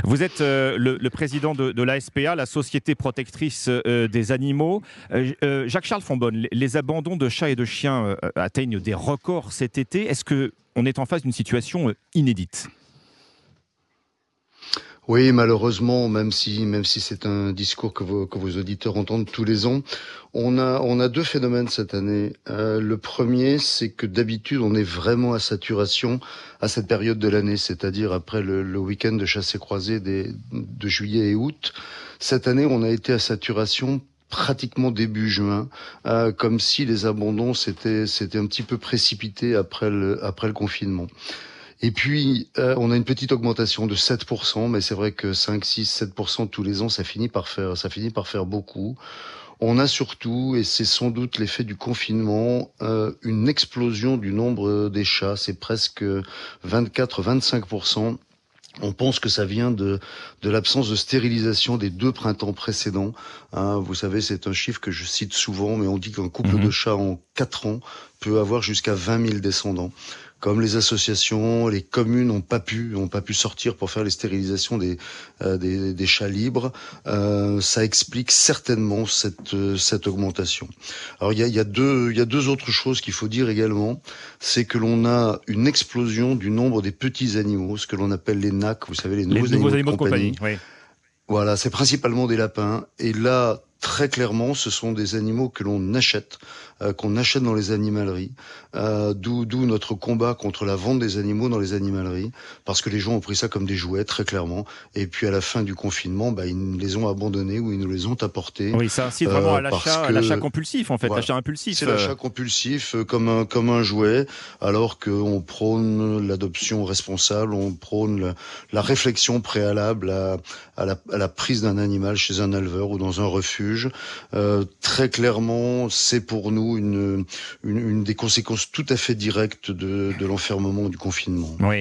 Vous êtes le président de l'ASPA, la Société protectrice des animaux. Jacques-Charles Fonbonne, les abandons de chats et de chiens atteignent des records cet été. Est-ce qu'on est en face d'une situation inédite ? Oui, malheureusement, même si c'est un discours que vos auditeurs entendent tous les ans, on a deux phénomènes cette année. Le premier, c'est que d'habitude, on est vraiment à saturation à cette période de l'année, c'est-à-dire après le week-end de chassé-croisé de juillet et août. Cette année, on a été à saturation pratiquement début juin, comme si les abandons s'étaient un petit peu précipités après le confinement. Et puis, on a une petite augmentation de 7%, mais c'est vrai que 5, 6, 7% tous les ans, ça finit par faire beaucoup. On a surtout, et c'est sans doute l'effet du confinement, une explosion du nombre des chats. C'est presque 24-25%. On pense que ça vient de l'absence de stérilisation des 2 printemps précédents. Vous savez, c'est un chiffre que je cite souvent, mais on dit qu'un couple de chats en 4 ans peut avoir jusqu'à 20 000 descendants. Comme les associations, les communes n'ont pas pu sortir pour faire les stérilisations des chats libres, ça explique certainement cette augmentation. Alors il y a deux autres choses qu'il faut dire également, c'est que l'on a une explosion du nombre des petits animaux, ce que l'on appelle les NAC, vous savez, les nouveaux animaux de compagnie. Oui. Voilà, c'est principalement des lapins. Et là, très clairement, ce sont des animaux que l'on achète dans les animaleries. D'où notre combat contre la vente des animaux dans les animaleries, parce que les gens ont pris ça comme des jouets, très clairement. Et puis à la fin du confinement, ils les ont abandonnés ou ils nous les ont apportés. Oui, ça incite vraiment à l'achat compulsif, en fait, voilà. L'achat impulsif. C'est l'achat compulsif comme un jouet, alors qu'on prône l'adoption responsable, on prône la réflexion préalable à la prise d'un animal chez un éleveur ou dans un refuge. Très clairement, c'est pour nous une des conséquences tout à fait directes de l'enfermement, du confinement. Oui.